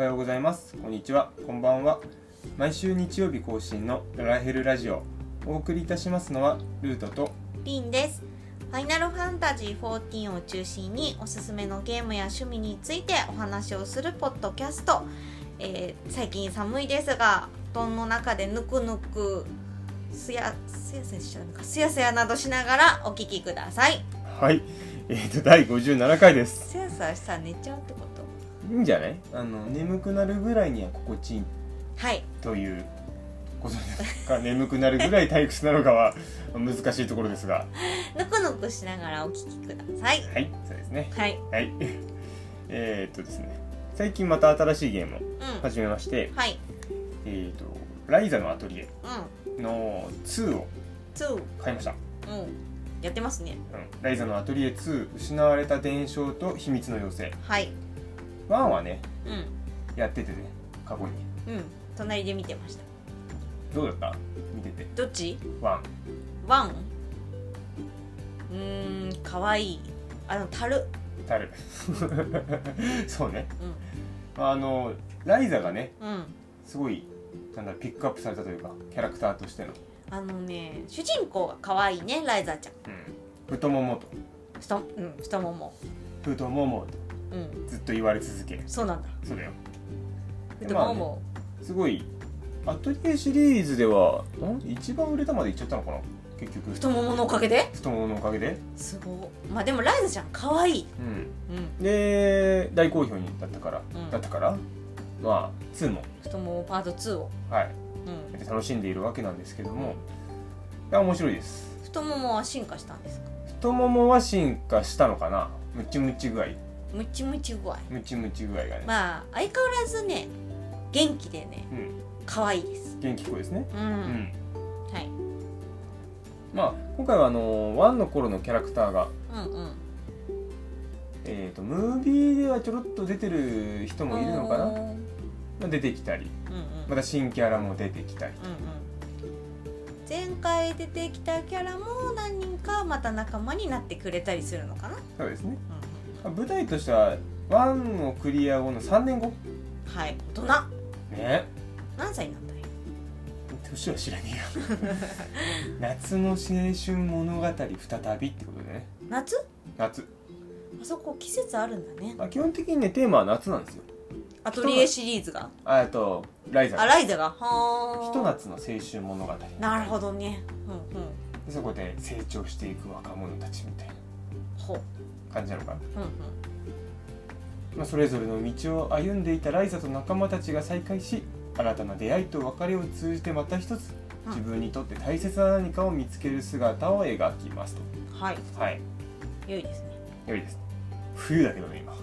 ようございます。こんにちは、こんばんは。毎週日曜日更新のララヘルラジオ。お送りいたしますのはルートとリンです。ファイナルファンタジー14を中心におすすめのゲームや趣味についてお話をするポッドキャスト。最近寒いですが、布団の中でぬくぬくすやすやなどしながらお聞きください。 はい、第57回です。 すやすやしたら寝ちゃうってこと？ いいんじゃない？眠くなるぐらいには心地いい、 はい、 ということですか。眠くなるぐらい退屈なのかは難しいところですが、 ぬくぬくしながらお聞きください。 はい、そうですね。 はい、 はいですね、最近また新しいゲームを始めまして、 はい、 ライザのアトリエうん、 の2を 2、 買いました。 やってますね。 ライザのアトリエ2、失われた伝承と秘密の妖精。 はい、 1はね、 うん、 やっててね、過去に。 隣で見てました。 どうだった？見てて。 どっち？ 1。 ワン？かわいい。樽。 そうね。ライザがね、すごいピックアップされたというか、キャラクターとしての。 主人公がかわいいね、ライザちゃん。 太ももと。 太もも。 太ももと、ずっと言われ続け。 そうなんだ。 そうだよ。 太もも。 すごいアトリエシリーズでは一番売れたまでいっちゃったのかな、結局。 太もものおかげで？ 太もものおかげですごい。まあでもライザちゃんかわいい。 で大好評にだったから、まあ2も太ももパート2を楽しんでいるわけなんですけども、いや面白いです。 太ももは進化したんですか？ 太ももは進化したのかな。ムチムチ具合がね、 まあ相変わらずね、元気でね、可愛いです。 元気っ子ですね。 はい。 まあ今回は1の頃のキャラクターがムービーではちょろっと出てる人もいるのかな、出てきたり、また新キャラも出てきたりと、 前回出てきたキャラも何人かまた仲間になってくれたりするのかな。 そうですね。舞台としては1をクリア後の3年後。 はい、大人ね。 何歳になったの？ 年は知らねえよ。夏の青春物語再びってことでね。 夏。 あそこ季節あるんだね。 基本的にね、テーマは夏なんですよ。 アトリエシリーズがライザがはひと夏の青春物語。 なるほどね。 そこで成長していく若者たちみたいな感じなのかな。それぞれの道を歩んでいたライザと仲間たちが再会し、新たな出会いと別れを通じてまた一つ自分にとって大切な何かを見つける姿を描きますと。 はい、良いですね。 良いです。冬だけどね、今。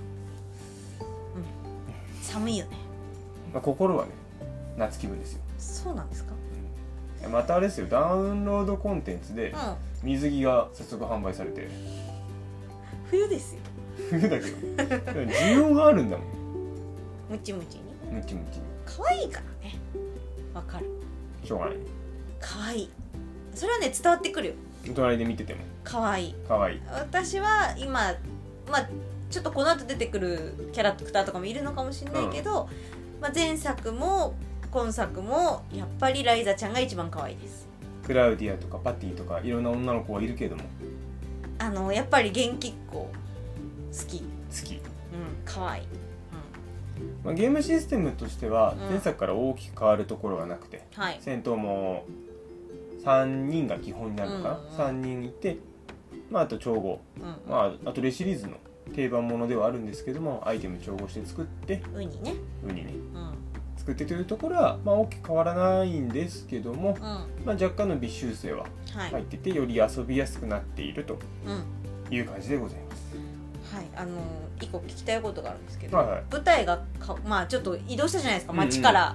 寒いよね。 心はね、夏気分ですよ。 そうなんですか？ またあれですよ、ダウンロードコンテンツで水着が早速販売されて。 冬ですよ。 冬だけど需要があるんだもん。 ムチムチに可愛いからね。わかる。 しょうがない。 可愛い。それはね、伝わってくるよ。 隣で見てても可愛い。私は今ちょっとこの後出てくるキャラクターとかもいるのかもしれないけど、前作も今作もやっぱりライザちゃんが一番可愛いです。 クラウディアとかパティとかいろんな女の子はいるけども、 やっぱり元気っ子好き。可愛い。 ゲームシステムとしては前作から大きく変わるところがなくて、戦闘も3人が基本になるのかな。3人いて、あと調合、アトリエシリーズの定番ものではあるんですけども、アイテム調合して作ってウニね、作ってというところは大きく変わらないんですけども、若干の微修正は入ってて、より遊びやすくなっているという感じでございます。 一個聞きたいことがあるんですけど、舞台がちょっと移動したじゃないですか。町から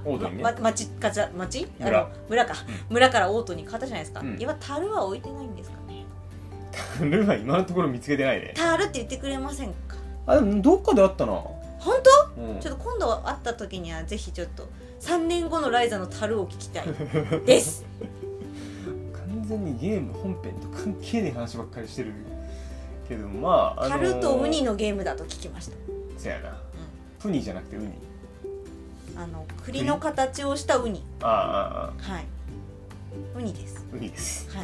村からオートに変わったじゃないですか。今樽は置いてないんですかね？ 樽は今のところ見つけてないね。 樽って言ってくれませんか？ でもどっかであったな。 本当？ちょっと今度会った時にはぜひちょっと3年後のライザの樽を聞きたいです。 完全にゲーム本編と関係ない話ばっかりしてるけど、まあ樽とウニのゲームだと聞きました。 そやな、プニじゃなくてウニ。 栗の形をしたウニ。 はい、 ウニです。 ウニです。 はい。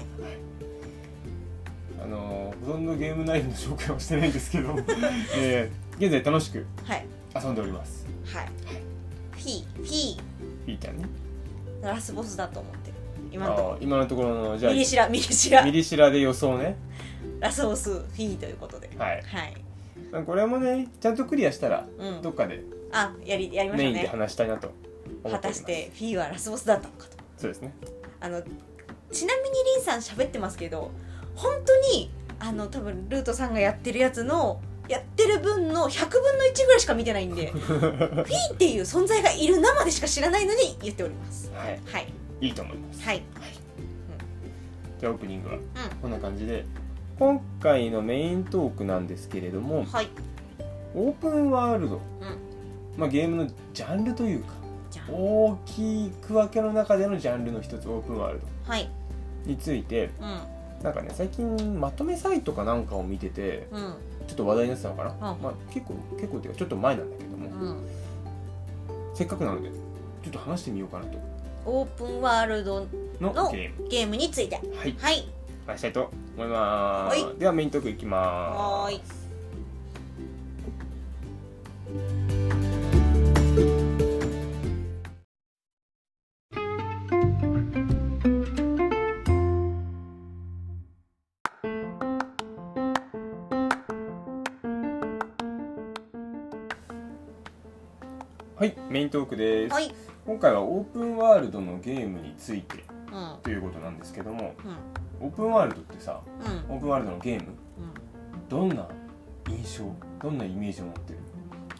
ほとんどゲーム内容の紹介はしてないんですけど、現在楽しく遊んでおります。 はい。フィーちゃんね。 ラスボスだと思ってる。 今のところのじゃあミリシラで予想ね。 ラスボスフィーということで。 はい。これもねちゃんとクリアしたら、どっかでやりましょうね。 メインで話したいなと思っております。 果たしてフィーはラスボスだったのかと。 そうですね。 ちなみにリンさん喋ってますけど、本当に多分ルートさんがやってるやつのやってる分の100分の1ぐらいしか見てないんでフィーっていう存在がいる生でしか知らないのに言っております。 はい、いいと思います。じゃあオープニングはこんな感じで、今回のメイントークなんですけれども、オープンワールド、ゲームのジャンルというか大きい区分けの中でのジャンルの一つ、オープンワールドについて、なんかね最近まとめサイトかなんかを見てて、ちょっと話題になってたのかな、結構っていうかちょっと前なんだけども、せっかくなのでちょっと話してみようかなと。 オープンワールドのゲームについて話したいと思います。ではメイントークいきます。はい、メイントークです。今回はオープンワールドのゲームについて、ということなんですけども、オープンワールドってさ、オープンワールドのゲーム、どんな印象、どんなイメージを持ってる？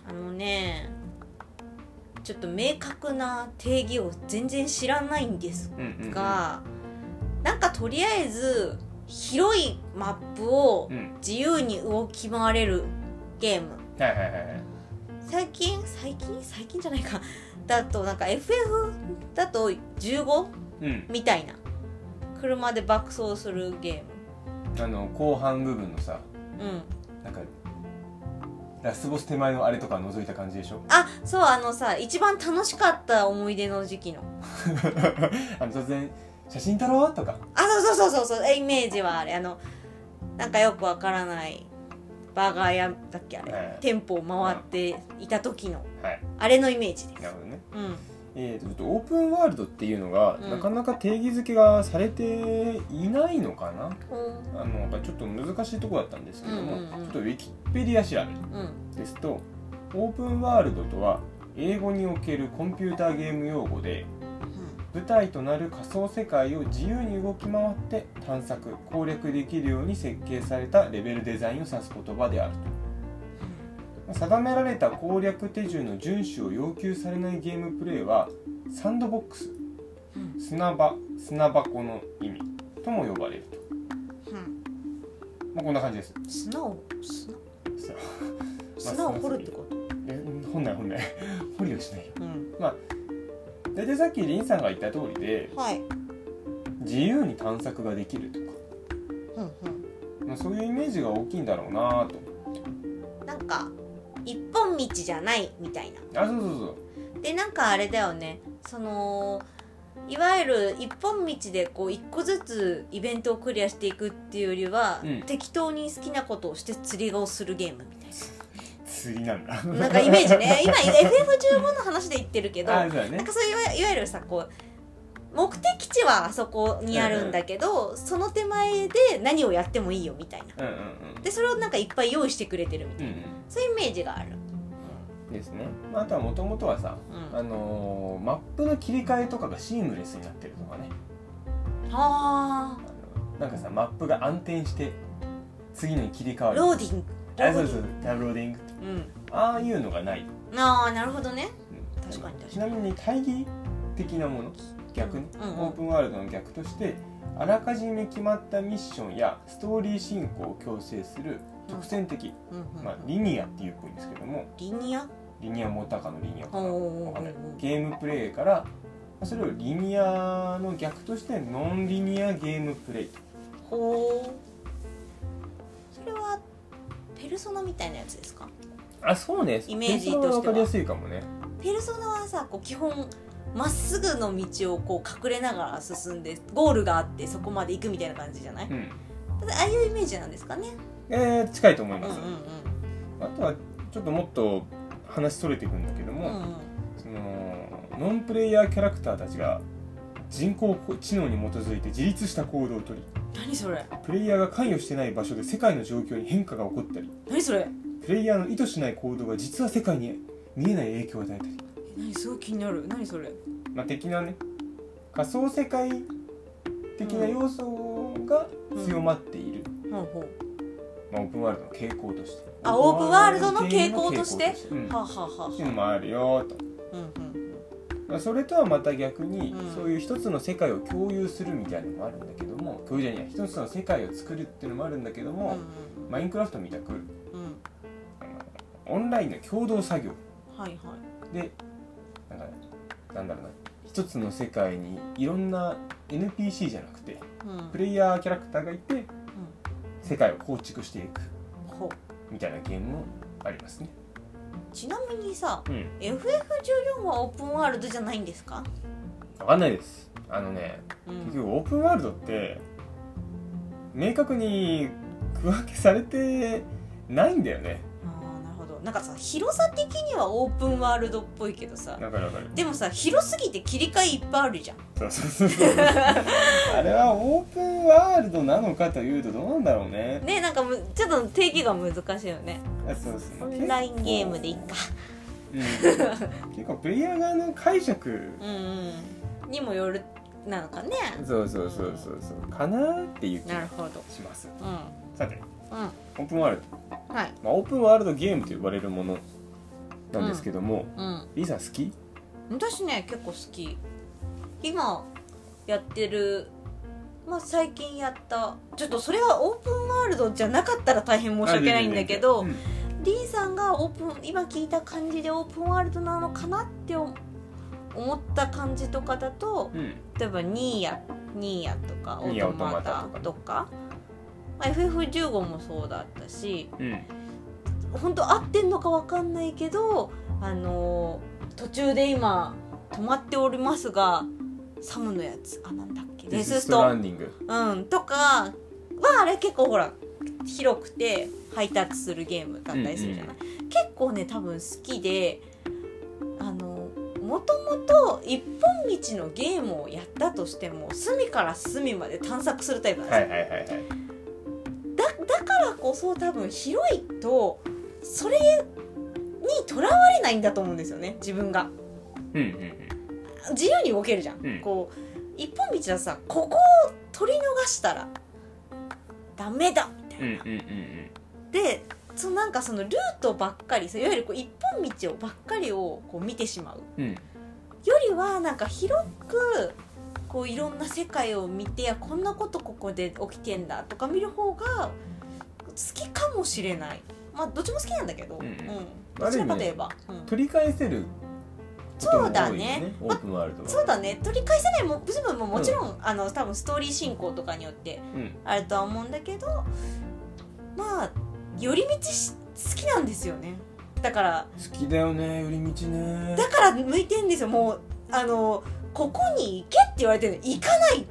ちょっと明確な定義を全然知らないんですが、なんかとりあえず広いマップを自由に動き回れるゲーム。最近じゃないかだとなんか FF だと 15、みたいな車で爆走するゲーム、 後半部分のさ、なんかラスボス手前のあれとか覗いた感じでしょ。 そうさ一番楽しかった思い出の時期の突然写真撮ろうとか、 そうイメージはあれなんかよくわからないバーガー屋だっけあれ、店舗を回っていた時の、あれのイメージです。 なるほどね。オープンワールドっていうのが、なかなか定義づけがされていないのかな。ちょっと難しいところだったんですけども、ちょっとウィキペディア調べですと、オープンワールドとは英語におけるコンピューターゲーム用語で、舞台となる仮想世界を自由に動き回って探索・攻略できるように設計されたレベルデザインを指す言葉であると。定められた攻略手順の遵守を要求されないゲームプレイはサンドボックス、砂箱の意味とも呼ばれると。こんな感じです。 砂を掘るってこと？ 掘んない掘りはしないよ。大体さっきリンさんが言った通りで、自由に探索ができるとか、そういうイメージが大きいんだろうなと。 なんか一本道じゃないみたいな。 そうでなんかあれだよね、いわゆる一本道でこう一個ずつイベントをクリアしていくっていうよりは、適当に好きなことをして釣りをするゲームみたいな。 釣りなんだ。 なんかイメージね。今 FF15 の話で言ってるけど、なんかそういういわゆるさこう目的地はあそこにあるんだけど、その手前で何をやってもいいよみたいな。でそれをなんかいっぱい用意してくれてるみたいな、そういうイメージがある。 ですね。あとはもともとはさ、マップの切り替えとかがシームレスになってるとかね。なんかさマップが暗転して次のに切り替わる。 ローディング。 ローディング。ああいうのがない。 なるほどね。確かに。 ちなみに対義的なもの、逆に、オープンワールドの逆としてあらかじめ決まったミッションやストーリー進行を強制する直線的、リニアっていうっぽいんですけども、リニアモーターカーのリニアかな、わかんない。ゲームプレイからそれをリニアの逆としてノンリニアゲームプレイと。 それはペルソナみたいなやつですか？ そうね。 イメージとしては分かりやすいかもね。 ペルソナはさこう基本まっすぐの道をこう隠れながら進んでゴールがあってそこまで行くみたいな感じじゃない、ああいうイメージなんですかね。 近いと思います、あとはちょっともっと話それていくんだけども、そのノンプレイヤーキャラクターたちが人工知能に基づいて自立した行動をとり、 何それ、 プレイヤーが関与してない場所で世界の状況に変化が起こったり、 何それ、 プレイヤーの意図しない行動が実は世界に見えない影響を与えたり、 何すごい気になる、何それ、 的なね仮想世界的な要素が強まっている、オープンワールドの傾向として、 オープンワールドの傾向として、 っていうのもあるよと、それとはまた逆に、そういう一つの世界を共有するみたいなのもあるんだけども、共有じゃない、一つの世界を作るっていうのもあるんだけども、マインクラフトみたく、オンラインの共同作業、でなんだろうな、一つの世界にいろんな NPC じゃなくて、プレイヤーキャラクターがいて、世界を構築していくみたいなゲームもありますね。 ちなみにさ、FF14 はオープンワールドじゃないんですか？ わかんないです。結局オープンワールドって明確に区分けされてないんだよね。 なるほど。なんかさ、広さ的にはオープンワールドっぽいけどさ、でもさ、広すぎて切り替えいっぱいあるじゃん。 そうあれはオープンワールドなのかというとどうなんだろうね。 なんかちょっと定義が難しいよね。オンラインゲームでいいか。 結構プレイヤー側の解釈にもよるなのかね。 そうかなっていう気がします。さて、オープンワールド、オープンワールドゲームと呼ばれるものなんですけども、リーさん好き？ 私ね結構好き。今やってる、最近やった、ちょっとそれはオープンワールドじゃなかったら大変申し訳ないんだけど、リーさんが今聞いた感じでオープンワールドなのかなって思った感じとかだと、例えばニーヤとかオートマタとか、FF15 もそうだったし、本当合ってんのか分かんないけど、途中で今止まっておりますが、サムのやつ、なんだっけ、 デスストランディング、 とかはあれ結構ほら広くてハイタッチするゲームだったりするじゃない、結構ね多分好きで、もともと一本道のゲームをやったとしても隅から隅まで探索するタイプなんですよ。だからこそ多分広いとそれにとらわれないんだと思うんですよね、自分が。自由に動けるじゃん、こう一本道はさ、ここを取り逃したらダメだみたいな、でなんかそのルートばっかり、いわゆるこう一本道をばっかりをこう見てしまう、よりはなんか広くこういろんな世界を見て、こんなことここで起きてんだとか見る方が好きかもしれない。どっちも好きなんだけど、どちらかといえば、 取り返せることも多いよね、オープンワールドは。 そうだね、取り返せない部分ももちろん、多分ストーリー進行とかによってあるとは思うんだけど、寄り道好きなんですよね。だから好きだよね、寄り道ね。 だから向いてんですよ。もうここに行けって言われてるのに行かない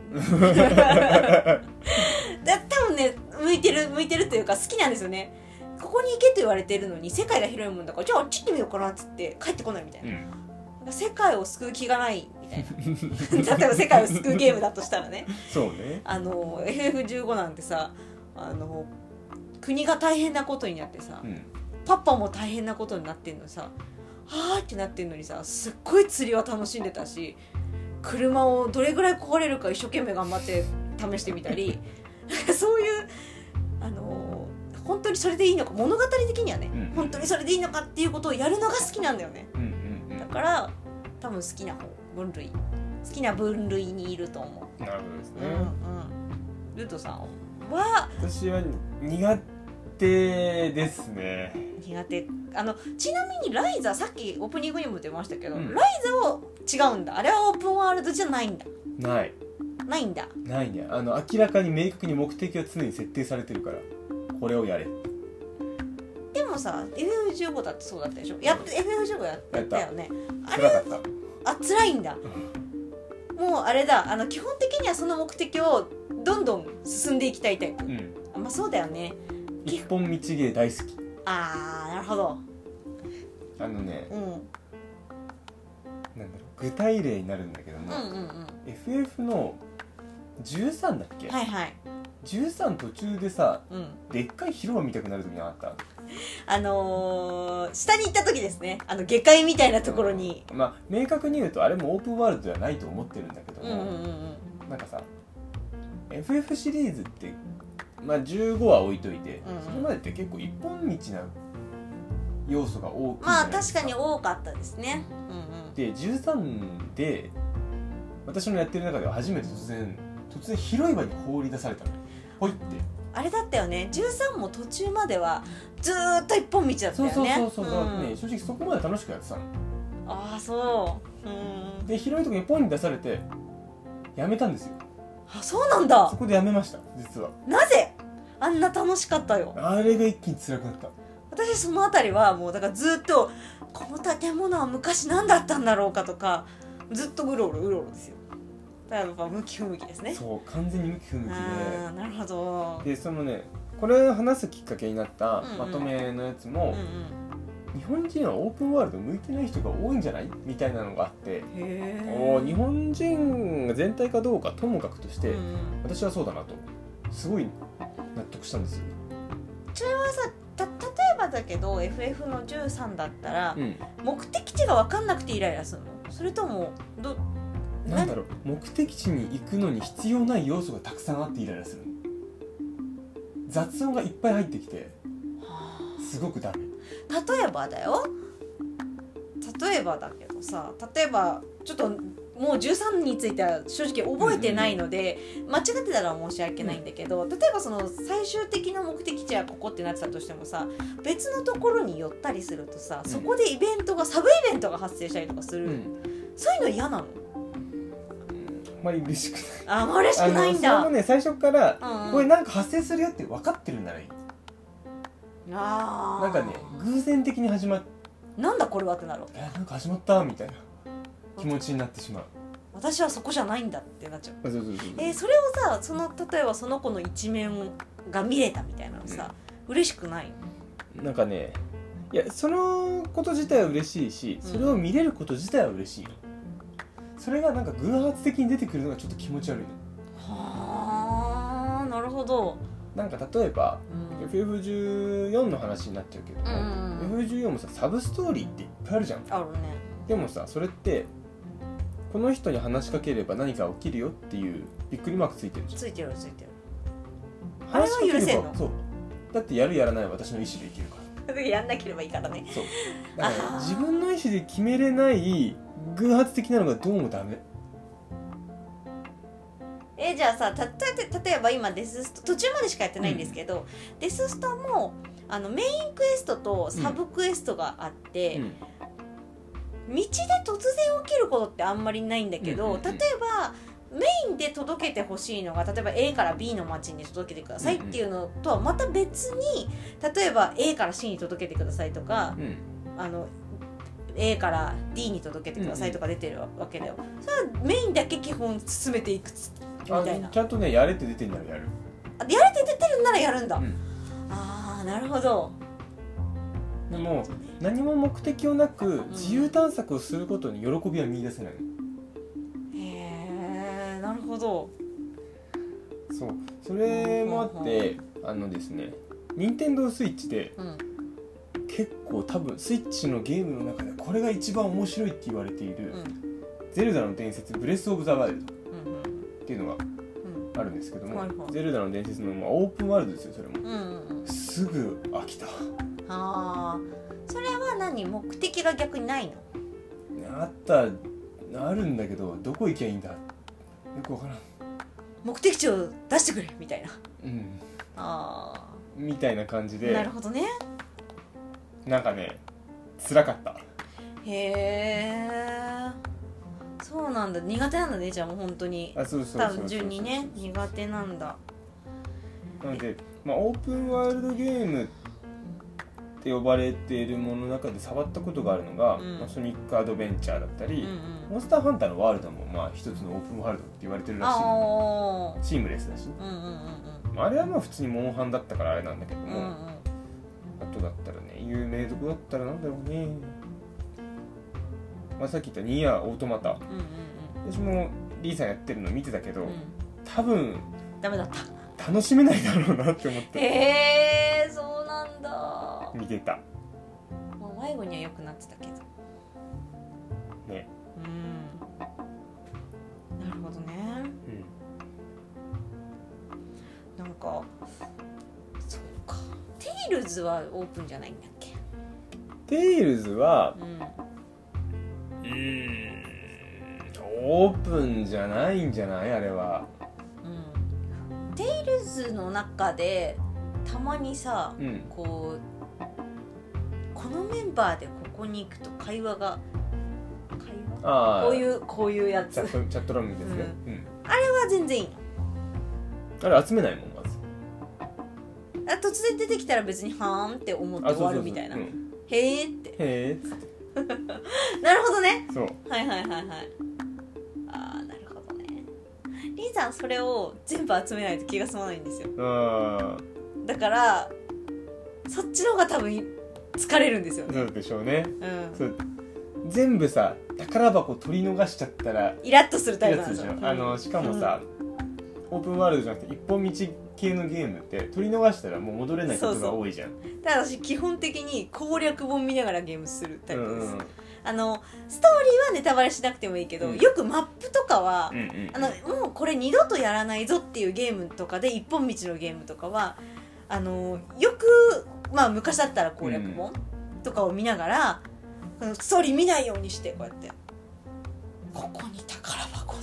多分ね向いてるというか好きなんですよね。ここに行けと言われてるのに世界が広いもんだから、じゃああっち行ってみようかなっつって帰ってこないみたいな、世界を救う気がないみたいな例えば世界を救うゲームだとしたらねそうね、 FF15 なんてさ、国が大変なことになってさ、パパも大変なことになってんのさ、はーってなってんのにさ、すっごい釣りは楽しんでたし、車をどれぐらい壊れるか一生懸命頑張って試してみたりそういう本当にそれでいいのか、物語的にはね、本当にそれでいいのかっていうことをやるのが好きなんだよね、だから多分好きな分類にいると思う。 なるほどですね、 ルートさんは？ 私は苦手ですね。 苦手。ちなみにライザ、さっきオープニングにも出ましたけど、ライザは違うんだ。あれはオープンワールドじゃないんだ。ないんだ。 ないね。明らかに明確に目的は常に設定されてるから、これをやれ。 でももさ FF15 だってそうだったでしょ。FF15 やったよね。 あれ辛かった。 辛いんだ。もうあれだ、基本的にはその目的をどんどん進んでいきたいタイプ。まあそうだよね。 一本道芸大好き。 なるほど。 なんだろう、具体例になるんだけども、FF の13だっけ。 はいはい。 13途中でさ、でっかい広場見たくなる時なかった？ 下に行った時ですね。下界みたいなところに、 まあ明確に言うとあれもオープンワールドではないと思ってるんだけども、なんかさ FF シリーズってまあ15は置いといて、それまでって結構一本道な要素が多く、 まあ確かに多かったですね。 で13で私のやってる中では初めて突然広い場に放り出されたの。ほいってあれだったよね。13も途中まではずーっと一本道だったよね。 そう、ね、正直そこまで楽しくやってたの。 そう。 で広いところにポンに出されてやめたんですよ。 そうなんだ。 そこでやめました。実はなぜ？あんな楽しかったよ。 あれが一気に辛くなった。 私そのあたりはもうだからずっとこの建物は昔何だったんだろうかとかずっとうろうろですよ。だからやっぱ向き不向きですね。 そう完全に向き不向きで。 なるほど。 でそのねこれを話すきっかけになったまとめのやつも、日本人はオープンワールド向いてない人が多いんじゃないみたいなのがあって、日本人が全体かどうかともかくとして、私はそうだなとすごい納得したんですよ。 それはさ例えばだけど FF の13だったら、目的地が分かんなくてイライラするの？それともなんだろう、目的地に行くのに必要ない要素がたくさんあってイライラするの。雑音がいっぱい入ってきてすごくダメ。 例えばだけどさ、例えばちょっともう13については正直覚えてないので、間違ってたら申し訳ないんだけど、例えばその最終的な目的地はここってなってたとしてもさ、別のところに寄ったりするとさ、そこでサブイベントが発生したりとかする、そういうの嫌なの？ あんまり嬉しくない。 あんまり嬉しくないんだ。 それもね最初からこれなんか発生するよって分かってるならいい。なんかね偶然的に始まっなんだこれはってなる。 なんか始まったみたいな気持ちになってしまう。 私はそこじゃないんだってなっちゃう。 そうそれをさ例えばその子の一面が見れたみたいなのさ、嬉しくない？ なんかねいやそのこと自体は嬉しいし、それを見れること自体は嬉しい。それがなんか偶発的に出てくるのがちょっと気持ち悪いの。 なるほど。 なんか例えば、FF14 の話になっちゃうけども、FF14 もさサブストーリーっていっぱいあるじゃん。 あるね。 でもさそれってこの人に話しかければ何か起きるよっていうびっくりマークついてるじゃん。 ついてる。 あれは許せんの？そうだってやるやらないは私の意思でいけるから。 やんなければいいからね。 そうだから自分の意思で決めれない偶発的なのがどうもダメ。 じゃあさ例えば今デススト途中までしかやってないんですけど、デスストもメインクエストとサブクエストがあって、道で突然起きることってあんまりないんだけど、例えばメインで届けてほしいのが例えば A から B の町に届けてくださいっていうのとはまた別に、例えば A から C に届けてくださいとか、A から D に届けてくださいとか出てるわけだよ。それはメインだけ基本進めていくみたいな。 ちゃんとねやれって出てるならやる。 やれって出てるならやるんだ。なるほど。 でも何も目的をなく自由探索をすることに喜びは見出せない。 なるほど。 そうそれもあってですね任天堂スイッチで、結構多分スイッチのゲームの中でこれが一番面白いって言われている、ゼルダの伝説ブレスオブザワイルドっていうのがあるんですけども、ゼルダの伝説のオープンワールドですよ。それも、すぐ飽きた。 それは何？目的が逆にないの？ あるんだけどどこ行きゃいいんだよくわからん。 目的地を出してくれみたいな。みたいな感じで。 なるほどね。 なんかね辛かった。 そうなんだ。苦手なんだね。じゃあもう本当に単純にね苦手なんだ。 なので、オープンワールドゲームっって呼ばれているものの中で触ったことがあるのが、ソニックアドベンチャーだったり、モンスターハンターのワールドも一つのオープンワールドって言われてるらしいので、シームレスだし、あれは普通にモンハンだったからあれなんだけども、あとだったらね、有名どこだったらなんだろうね、さっき言ったニーアオートマタ、私もリーさんやってるの見てたけど、多分ダメだった、 楽しめないだろうなって思って。 そうなんだ。 見てた。 迷子には良くなってたけどね。 なるほどね。なんかそうか。テイルズはオープンじゃないんだっけ？ テイルズは、オープンじゃないんじゃない？あれは。 テイルズの中でたまにさ、このメンバーでここに行くと会話こういうやつチャットラムですね、 あれは全然いいの。あれ集めないもんまず。 突然出てきたら別にはーんって思って終わるみたいな。へーってへーなるほどね。 そう。 はいなるほどね。リーさんそれを全部集めないと気が済まないんですよ。だからそっちの方が多分疲れるんですよね。 そうでしょうね。そう全部さ宝箱取り逃しちゃったらイラッとするタイプなんですよ。しかもさ、オープンワールドじゃなくて一本道系のゲームって取り逃したらもう戻れないことが多いじゃん。 ただ私基本的に攻略本見ながらゲームするタイプです。ストーリーはネタバレしなくてもいいけど、よくマップとかは、もうこれ二度とやらないぞっていうゲームとかで一本道のゲームとかはよく昔だったら攻略本とかを見ながら、ストーリー見ないようにしてこうやってここに宝箱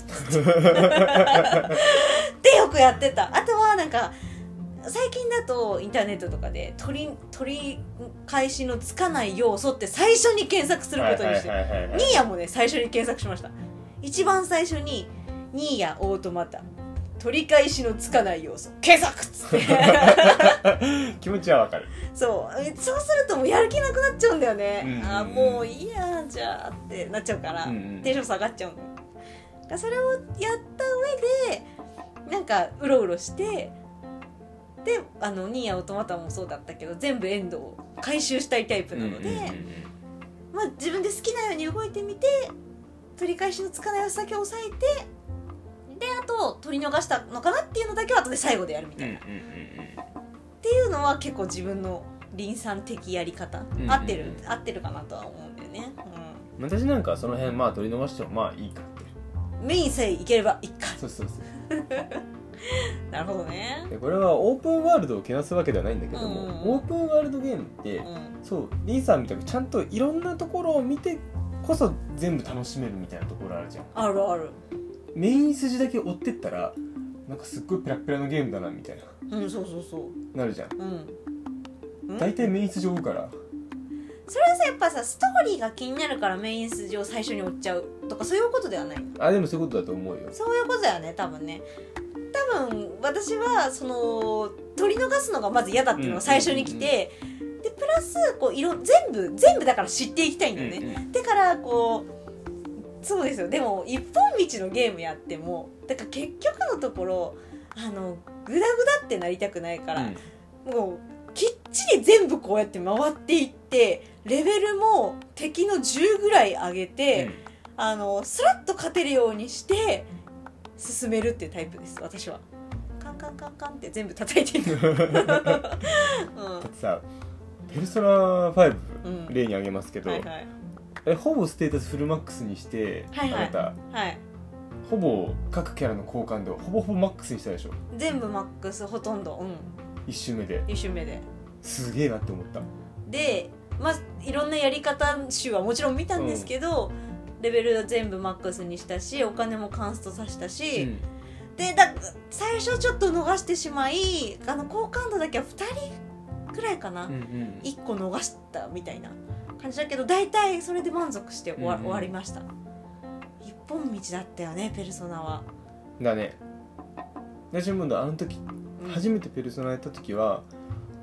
ってよくやってた。あとはなんか最近だとインターネットとかで取り返しのつかない要素って最初に検索することにして、ニーヤもね最初に検索しました。一番最初にニーヤオートマタ取り返しのつかない要素検索っつって気持ちはわかる。 そうするともうやる気なくなっちゃうんだよね。もういいやじゃあってなっちゃうから、テンション下がっちゃうの。それをやった上でなんかうろうろしてでニーヤオートマタもそうだったけど全部エンドを回収したいタイプなので、自分で好きなように動いてみて取り返しのつかない要素だけ押さえてであと取り逃したのかなっていうのだけは後で最後でやるみたいな、っていうのは結構自分の林さん的やり方、合ってるかなとは思うんだよね。 私なんかその辺取り逃してもいいかってメインさえいければいいか。 そうなるほどね。 でこれはオープンワールドをけなすわけではないんだけども、オープンワールドゲームって、そうリーさんみたいにちゃんといろんなところを見てこそ全部楽しめるみたいなところあるじゃん。 あるメイン筋だけ追ってったらなんかすっごいペラペラのゲームだなみたいな、 そうなるじゃん。大体メイン筋追うから。 それはさやっぱさストーリーが気になるからメイン筋を最初に追っちゃうとかそういうことではない？ でもそういうことだと思うよ。 そういうことだよね多分ね。多分私はその取り逃すのがまず嫌だっていうのが最初に来て、でプラスこう全部だから知っていきたいんだよね。だからそうですよ。でも一本道のゲームやってもだから結局のところグダグダってなりたくないから、もうきっちり全部こうやって回っていってレベルも敵の10ぐらい上げて、スラッと勝てるようにして進めるっていうタイプです私は。カンカンカンカンって全部叩いていくだってさペルソナ5、例に挙げますけど、ほぼステータスフルマックスにして、あなた、ほぼ各キャラの交換度ほぼマックスにしたでしょ。 全部マックスほとんど、 一周目ですげえなって思った。でいろんなやり方集はもちろん見たんですけど、レベル全部マックスにしたしお金もカンストさせたし、で最初ちょっと逃してしまい好感度だけは2人くらいかな、1個逃したみたいな感じだけど大体それで満足して終わりました。一本道だったよねペルソナは。 だね。私もあの時、初めてペルソナやった時は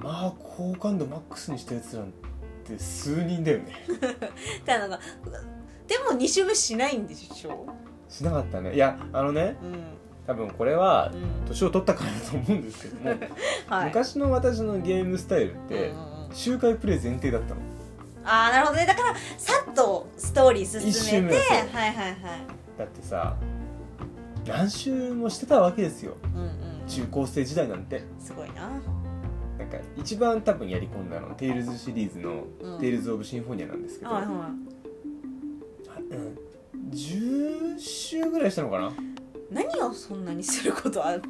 まあ好感度マックスにしたやつなんて数人だよねだからでも2周目しないんでしょ。 しなかったね。いや多分これは年を取ったからだと思うんですけども、はい、昔の私のゲームスタイルって周回プレイ前提だったの。 ああなるほどね。だからさっとストーリー進めて、はいはいはい。 だってさ何周もしてたわけですよ、中高生時代なんて。 すごいな。 なんか一番多分やり込んだのテイルズシリーズの、テイルズ・オブ・シンフォニアなんですけど、はいはい、10周ぐらいしたのかな。 何をそんなにすることあった？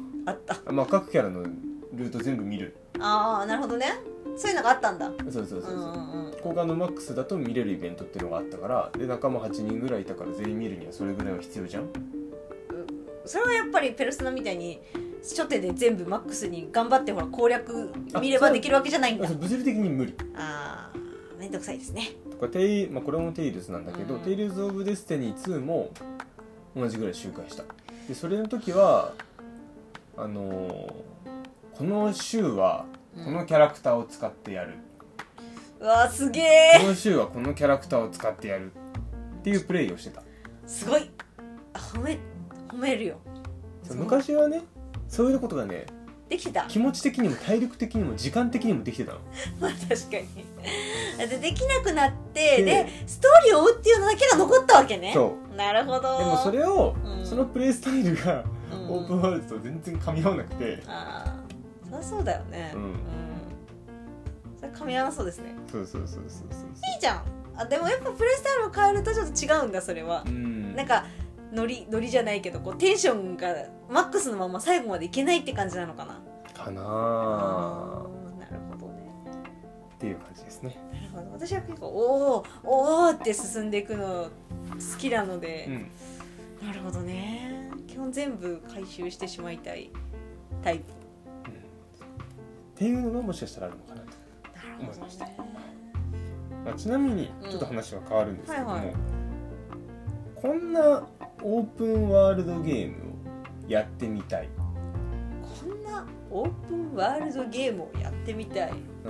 まあ各キャラのルート全部見る。 ああなるほどね。そういうのがあったんだ。 そう好感度マックスだと見れるイベントっていうのがあったから、で仲間8人ぐらいいたから全員見るにはそれぐらいは必要じゃん。 それはやっぱりペルソナみたいに初手で全部マックスに頑張ってほら攻略見ればできるわけじゃないんだ。 物理的に無理。 ああめんどくさいですね。 とかこれもテイルズなんだけど、テイルズ・オブ・デスティニー2も同じぐらい周回した。でそれの時はこの週はこのキャラクターを使ってやる、 うわすげえ。 この週はこのキャラクターを使ってやるっていうプレイをしてた。 すごい褒めるよ。 昔はねそういうことがねできてた。 気持ち的にも体力的にも時間的にもできてたの。 まあ確かに。できなくなってでストーリーを追うっていうのだけが残ったわけね。 そうなるほど。 でもそれを、そのプレイスタイルがオープンワールドと全然噛み合わなくて、 ああそりゃそうだよね。それ噛み合わなそうですね。 そういいじゃん。あでもやっぱプレイスタイルを変えるとちょっと違うんだそれは。なんかノリじゃないけどこうテンションがマックスのまま最後までいけないって感じなのかな。 かな。なるほどね。 っていう感じですね。 なるほど。私は結構おーって進んでいくの好きなので、なるほどね。基本全部回収してしまいたいタイプ、 っていうのがもしかしたらあるのかなと思いました。まあ、ちなみにちょっと話は変わるんですけども、こんなオープンワールドゲームをやってみたい。 こんなオープンワールドゲームをやってみたい。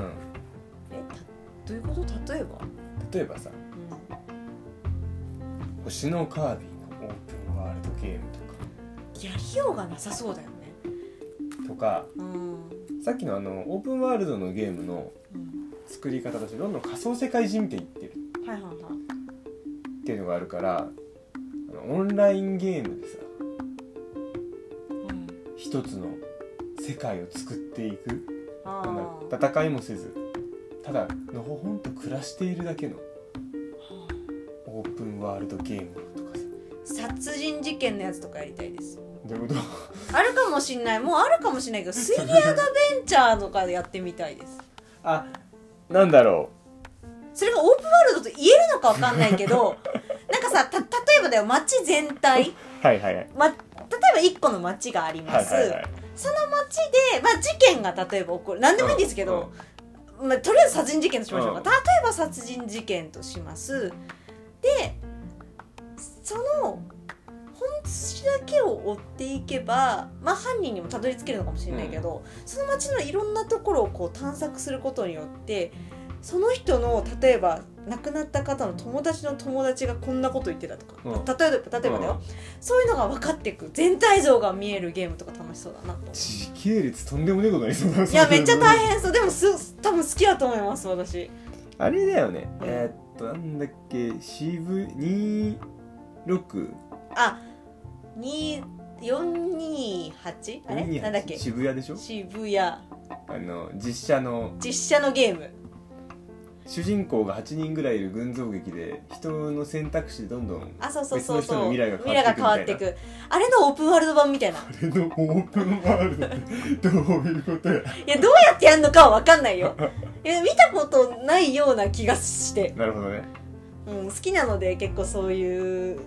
どういうこと？ 例えばさ、星のカービィのオープンワールドゲームとかやりようがなさそうだよね。 とか、さっきのオープンワールドのゲームの作り方としてどんどん仮想世界人っていってるっていうのがあるから、オンラインゲームでさ、一つの世界を作っていく、戦いもせずただのほほんと暮らしているだけのオープンワールドゲームとかさ、殺人事件のやつとかやりたいです。 どういうことあるかもしんない、もうあるかもしんないけど推理アドベンチャーとかでやってみたいです。 なんだろう、それがオープンワールドと言えるのかわかんないけどなんかさ、例えばだよ、街全体例えば1個の街があります、その街で、事件が例えば起こる、何でもいいんですけど、とりあえず殺人事件としましょうか、例えば殺人事件とします。でその本質だけを追っていけば、犯人にもたどり着けるのかもしれないけど、その街のいろんなところをこう探索することによってその人の例えば亡くなった方の友達の友達がこんなこと言ってたとか、例えばだよ、そういうのが分かっていく、全体像が見えるゲームとか楽しそうだなと。 時系列とんでもねえことありそうだな。 いやめっちゃ大変そう。でも多分好きだと思います私。 あれだよね、なんだっけ、26 428あれなんだっけ、 渋谷でしょ。 渋谷実写のゲーム、 主人公が8人ぐらいいる群像劇で人の選択肢でどんどん別の人の未来が変わっていくみたいな、 あれのオープンワールド版みたいな。 あれのオープンワールドってどういうことや。いやどうやってやるのかは分かんないよいや見たことないような気がして。 なるほどね。 好きなので結構そういう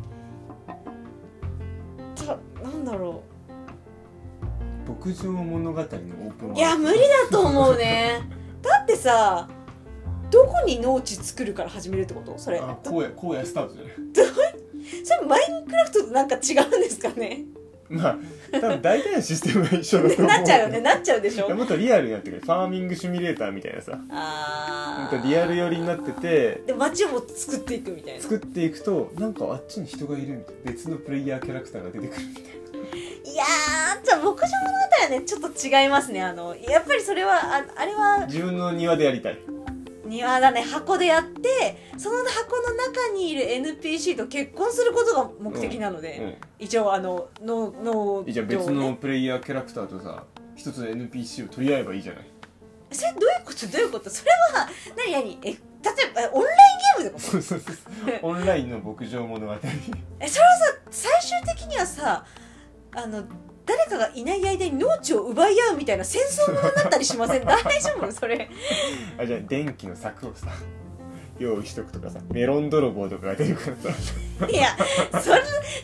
なんだろう、牧場物語のオープンワールド。 いや無理だと思うねだってさ、どこに農地作るから始めるってこと？それ荒野スタートじゃないそれマインクラフトとなんか違うんですかね多分大体のシステムが一緒だと思うなっちゃうよね、なっちゃうでしょ。 もっとリアルになってくる、ファーミングシミュレーターみたいなさ、もっとリアル寄りになってて、 で街をも作っていくみたいな、 作っていくとなんかあっちに人がいるみたいな、別のプレイヤーキャラクターが出てくるみたいな。 いやー、じゃあ牧場物語はねちょっと違いますね。やっぱりそれはあれは自分の庭でやりたい。 庭だね、箱でやってその箱の中にいる NPC と結婚することが目的なので、一応じゃあ別のプレイヤーキャラクターとさ一つの NPC を取り合えばいいじゃない。 それどういうことそれは例えばオンラインゲームでことそうオンラインの牧場物語それはさ最終的にはさ誰かがいない間に農地を奪い合うみたいな戦争ものになったりしません大丈夫それ。 じゃあ電気の柵をさ用意しとくとかさ、メロン泥棒とかが出るからさいやそう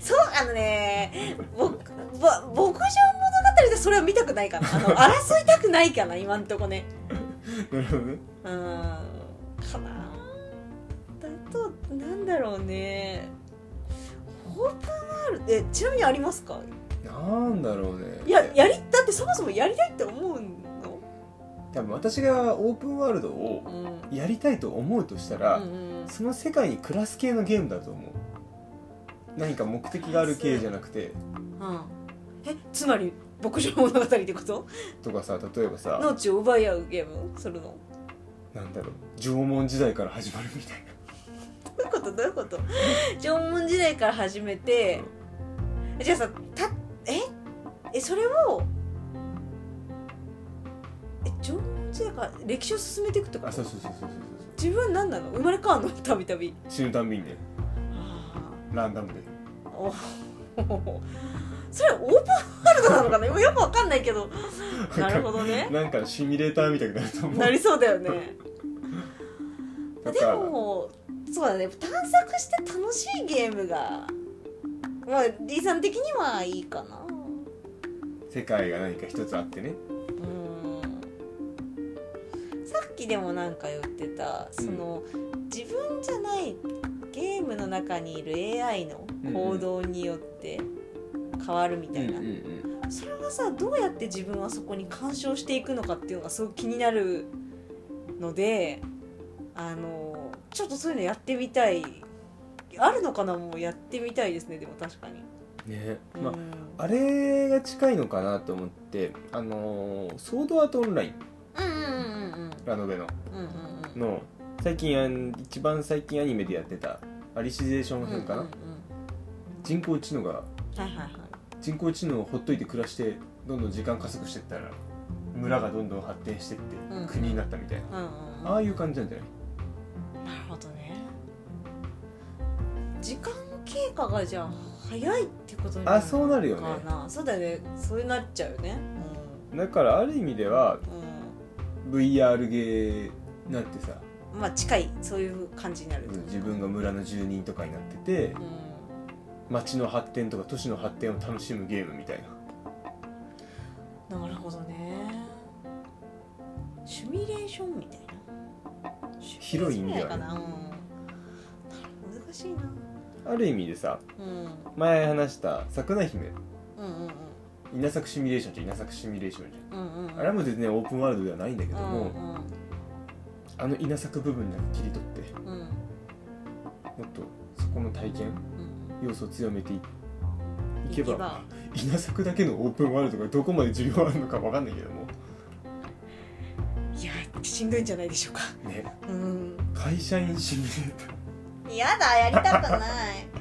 牧場物語でそれは見たくないかな。争いたくないかな今んとこね。 なるほどね。 かな。だとなんだろうね、オープンワールドちなみにありますか。 なんだろうね。 だってそもそもやりたいって思うの。 多分私がオープンワールドをやりたいと思うとしたら、その世界に暮らす系のゲームだと思う。何か目的がある系じゃなくて、 つまり牧場物語ってこととかさ、例えばさ農地を奪い合うゲームするの。 なんだろう、縄文時代から始まるみたいな。 どういうこと縄文時代から始めて、じゃあさそれを縄文時代から歴史を進めていくってこと。 そう自分何なの、生まれ変わるの、たびたび死ぬたんびにね、ランダムで。 それオープンワールドなのかなよくわかんないけどなるほどね。 なんかシミュレーターみたいになると思う。 なりそうだよねでもそうだね、探索して楽しいゲームがD さん的にはいいかな。 世界が何か一つあってね。 さっきでもなんか言ってた、自分じゃないゲームの中にいる AI の行動によって変わるみたいな、それはさどうやって自分はそこに干渉していくのかっていうのがすごく気になるので、ちょっとそういうのやってみたい。あるのかな、もうやってみたいですね。でも確かにね、あれが近いのかなと思って、ソードアートオンライン、ラノベの、の一番最近アニメでやってたアリシゼーション編かな、人工知能が、人工知能をほっといて暮らしてどんどん時間加速していったら村がどんどん発展していって国になったみたいな、ああいう感じなんじゃない。 なるほどね。時間経過がじゃあ早いってことになるのかな。 そうなるよね。 そうだよね、そうなっちゃうよね、 だからある意味では、VR ゲーなんてさ、 近いそういう感じになると、 自分が村の住人とかになってて、町の発展とか都市の発展を楽しむゲームみたいな。なるほどね。シミュレーションみたいな、 広い意味ではね。 難しいな。 ある意味でさ、前話した桜姫、稲作シミュレーションって稲作シミュレーションじゃん、あれも全然オープンワールドではないんだけども、稲作部分だけ切り取って、もっとそこの体験、要素を強めていけば稲作だけのオープンワールドがどこまで需要あるのか分かんないけども、 いやしんどいんじゃないでしょうかね。会社員シミュレーター、 やだ、やりたくない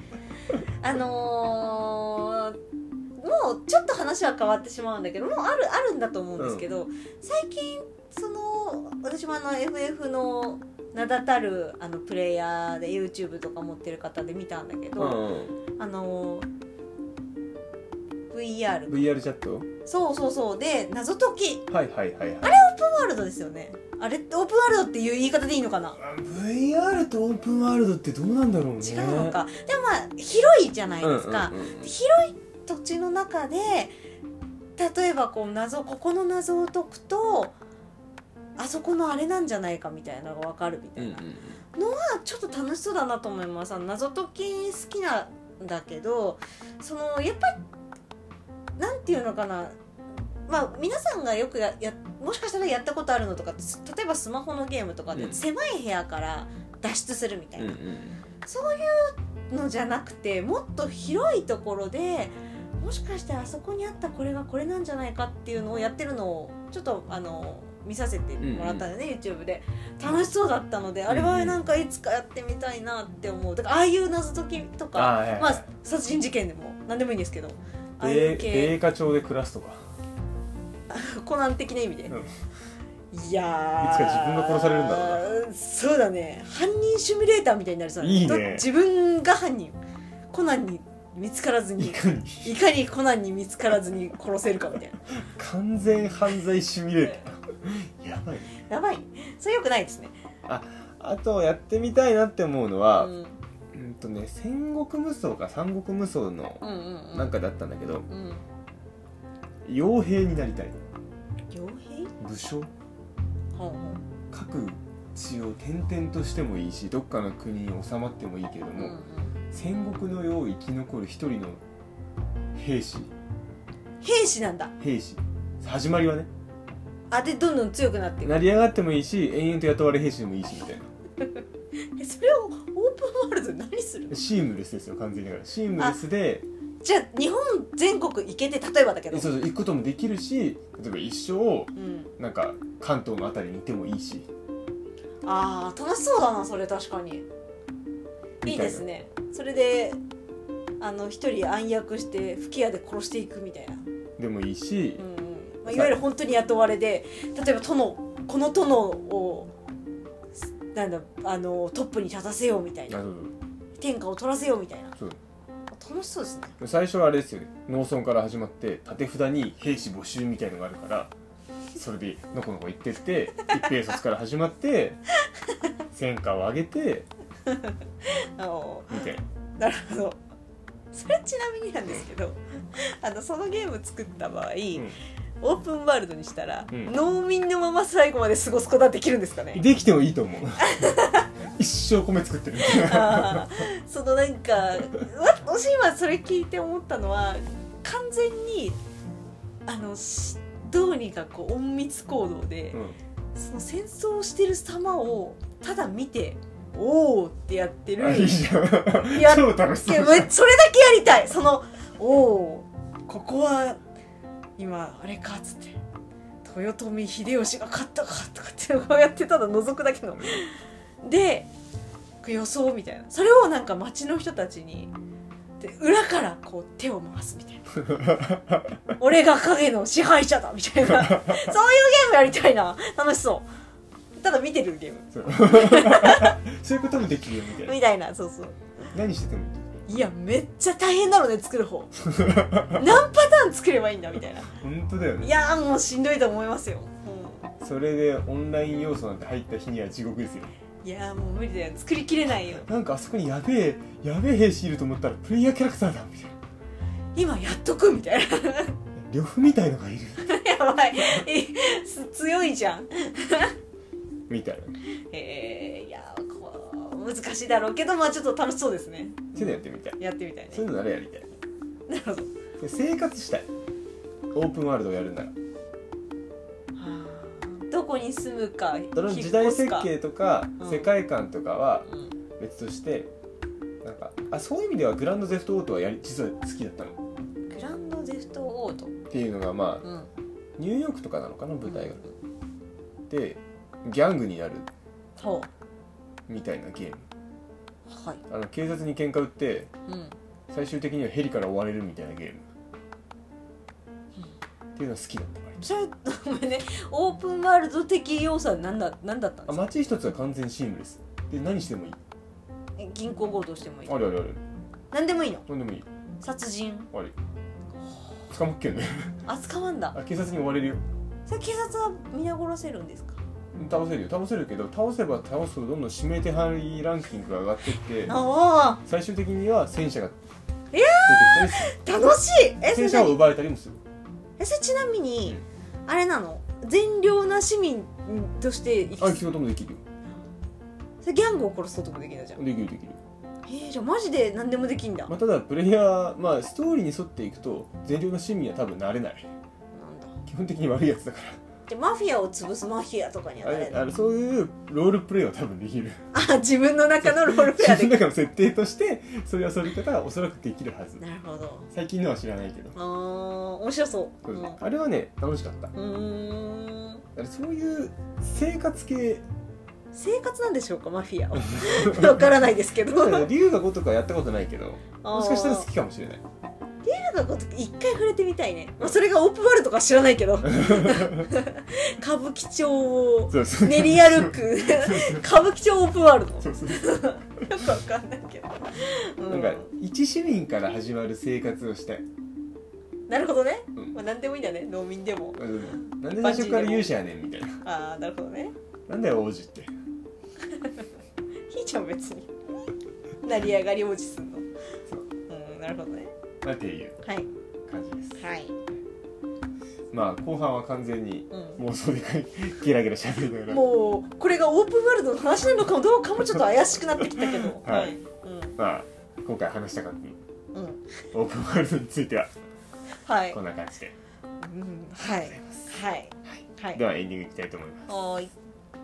もうちょっと話は変わってしまうんだけど、もうあるんだと思うんですけど、最近私もFF の名だたるプレイヤーで YouTube とか持ってる方で見たんだけど、VR チャット、 そうで謎解き、あれオープンワールドですよね。あれってオープンワールドっていう言い方でいいのかな。 VR とオープンワールドってどうなんだろうね。 違うのか。でも広いじゃないですか、広い土地の中で例えばここの謎を解くとあそこのあれなんじゃないかみたいなのが分かるみたいなのはちょっと楽しそうだなと思います。謎解き好きなんだけど、やっぱりなんてていうのかな、まあ皆さんがよくもしかしたらやったことあるのとかって、例えばスマホのゲームとかで狭い部屋から脱出するみたいな、そういうのじゃなくて、もっと広いところでもしかしてあそこにあったこれがこれなんじゃないかっていうのをやってるのをちょっと見させてもらったんでね、YouTube で楽しそうだったので、あれはなんかいつかやってみたいなって思う。だからああいう謎解きとか、まあ殺人事件でも何でもいいんですけど、 米花町で暮らすとかコナン的な意味で、いやいつか自分が殺されるんだろうな。そうだね、犯人シミュレーターみたいになりそうだね。 いいね、 自分が犯人、コナンに見つからずに、いかにコナンに見つからずに殺せるかみたいな完全犯罪シミュレーターやばいね、 やばい、それよくないですね。 あとやってみたいなって思うのは、戦国無双か三国無双のなんかだったんだけど、傭兵になりたい。 傭兵？ 武将？各地を転々としてもいいし、どっかの国に収まってもいいけれども、戦国の世を生き残る一人の兵士なんだ。 兵士、始まりはね。 でどんどん強くなっていく。 成り上がってもいいし、延々と雇われ兵士でもいいしみたいなそれをオープンワールドで何するの？ シームレスですよ、完全に。だからシームレスで、 じゃあ日本全国行けて、例えばだけど、 そう行くこともできるし、例えば一生、なんか関東のあたりにいてもいいし。 楽しそうだな、それ。確かにいいですね。それで一人暗躍して吹き矢で殺していくみたいなでもいいし、 いわゆる本当に雇われで、例えばこの殿をなんだトップに立たせようみたいな、天下を取らせようみたいな。楽しそうですね。 最初はあれですよね、農村から始まって縦札に兵士募集みたいのがあるから、それでのこのこ行ってって一兵卒から始まって戦果を上げてみたいな。なるほど。それちなみになんですけど、そのゲーム作った場合、オープンワールドにしたら、農民のまま最後まで過ごすことはできるんですかね？ できてもいいと思う一生米作ってるみたいなそのなんか、私今それ聞いて思ったのは、完全にどうにか隠密行動で、その戦争をしてる様をただ見て、おーってやってる。 いいじゃん超楽しそう。 それだけやりたい。おー、ここは今あれかっつって、豊臣秀吉が勝ったかとかってこうやってただ覗くだけので予想みたいな、それをなんか街の人たちにで裏からこう手を回すみたいな俺が影の支配者だみたいなそういうゲームやりたいな。楽しそう。ただ見てるゲームそういうこともできるよみたいな。そうそう、 何しててもいい。 いやめっちゃ大変だろうね、作る方何パターン作ればいいんだみたいな。 本当だよね。 いやもうしんどいと思いますよ、 それでオンライン要素なんて入った日には地獄ですよ。 いやもう無理だよ、作りきれないよ。 なんかあそこにやべえ兵士いると思ったらプレイヤーキャラクターだみたいな、 今やっとくみたいな呂布みたいのがいるやばい強いじゃんみたいな。 いや難しいだろうけど、まあちょっと楽しそうですね。 そういうのやってみたい。 やってみたいね。 そういうのならやりたい。 なるほど。 生活したい。オープンワールドをやるなら。 どこに住むか、 その時代設計とか、世界観とかは別として、なんかそういう意味ではグランドゼフトオートは実は好きだったの。 グランドゼフトオートっていうのがまあ、ニューヨークとかなのかな、舞台が。でギャングになるみたいなゲーム。はい。警察に喧嘩売って、最終的にはヘリから追われるみたいなゲーム。っていうのは好きだったから。 それごめんね、オープンワールド的要素は何だったんですか？ 街一つは完全シームレスで、何してもいい。 銀行強盗してもいい。 あるあるある。 何でもいいの？ 何でもいい。 殺人あれ捕まっけんね捕まんだ。 警察に追われるよ。 それ警察は皆殺せるんですか？ 倒せるよ。倒せるけど、倒せば倒すほどどんどん指名手配ランキングが上がっていって最終的には戦車が出てきたり楽しい。 戦車を奪われたりもする。 それちなみに、あれなの？善良な市民として生きることもできるよ。 それギャングを殺すこともできるじゃん。 できるできる。 じゃあマジで何でもできんだ。 ただプレイヤー、ストーリーに沿っていくと善良な市民は多分なれない。 なんだ。 基本的に悪いやつだから。 でマフィアを潰すマフィアとかにはなれない。 そういうロールプレイは多分できる。 自分の中のロールプレイはできる。 自分の中の設定としてそれはそれ方はおそらくできるはず。 なるほど。 最近のは知らないけど。 面白そう。 あれはね楽しかった。だからそういう生活系。 生活なんでしょうかマフィアは。わからないですけど。 龍が如くはやったことないけど、もしかしたら好きかもしれない。 龍が如く一回触れてみたいね。それがオープンワールドか知らないけど。歌舞伎町を練り歩く歌舞伎町オープンワールド。よくわかんないけど。 なんか一市民から始まる生活をしたい。 なるほどね。何でもいいんだね。農民でも。 なんで最初から勇者やねんみたいな。なるほどね。 なんだよ王子って。 ひーちゃん別に成り上がり王子すんの。なるほどね。 っていう感じです。 はい。 後半は完全に妄想でゲラゲラしゃべりながら、 もうこれがオープンワールドの話なのかどうかもちょっと怪しくなってきたけど。 はい。今回話したかったオープンワールドについてはこんな感じで。 はい。はい。 ではエンディングいきたいと思います。 はい。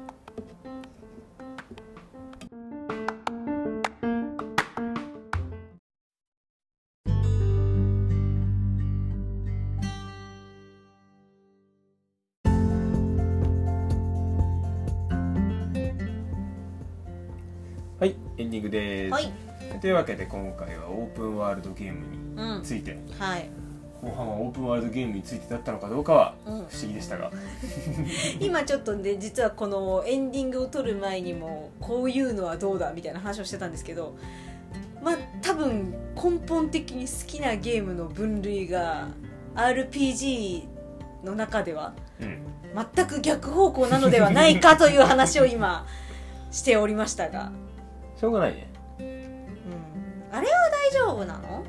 はい、エンディングです。というわけで今回はオープンワールドゲームについて、後半はオープンワールドゲームについてだったのかどうかは不思議でしたが、 今ちょっとね実はこのエンディングを撮る前にもこういうのはどうだみたいな話をしてたんですけど、多分根本的に好きなゲームの分類が RPG の中では全く逆方向なのではないかという話を今しておりましたが、 しょうがないね。 あれは大丈夫なの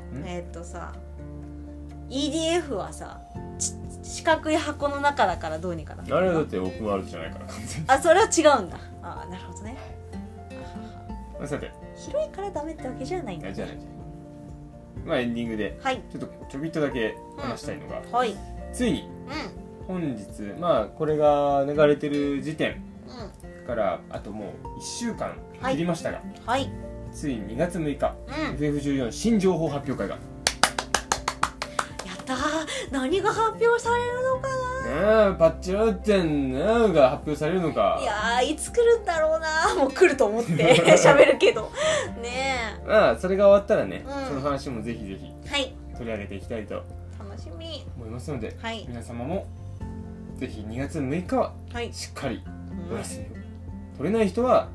？EDF はさ四角い箱の中だからどうにかな。 あれはだってオープンワールドじゃないから完全に。 それは違うんだ。なるほどね。 さて広いからダメってわけじゃないんだ。 じゃない。エンディングでちょびっとだけ話したいのが、ついに本日これが流れてる時点からあともう1週間切りましたが、ついに2月6日、FF14 新情報発表会がやったー。何が発表されるのかな。 パッチラウテンが発表されるのか。 いやいつ来るんだろうな。もう来ると思って喋るけどねえ。それが終わったらね、その話もぜひぜひ取り上げていきたいと楽しみ思いますので、皆様もぜひ2月6日はしっかりお休みを取れない人は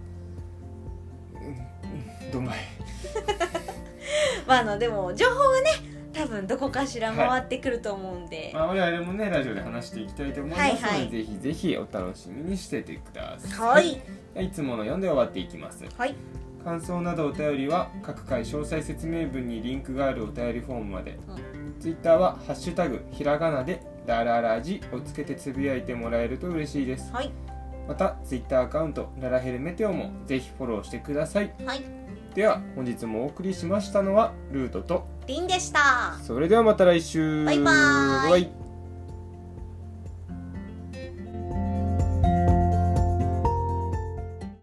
どんまいでも情報はね多分どこかしら回ってくると思うんで、 我々もねラジオで話していきたいと思いますので、ぜひぜひお楽しみにしててください。いつもの読んで終わっていきます。感想などお便りは各回詳細説明文にリンクがあるお便りフォームまで、Twitter はハッシュタグひらがなでラララジをつけてつぶやいてもらえると嬉しいです。また Twitter アカウントララヘルメテオもぜひフォローしてください。では本日もお送りしましたのはルートとリンでした。 それではまた来週。 バイバーイ。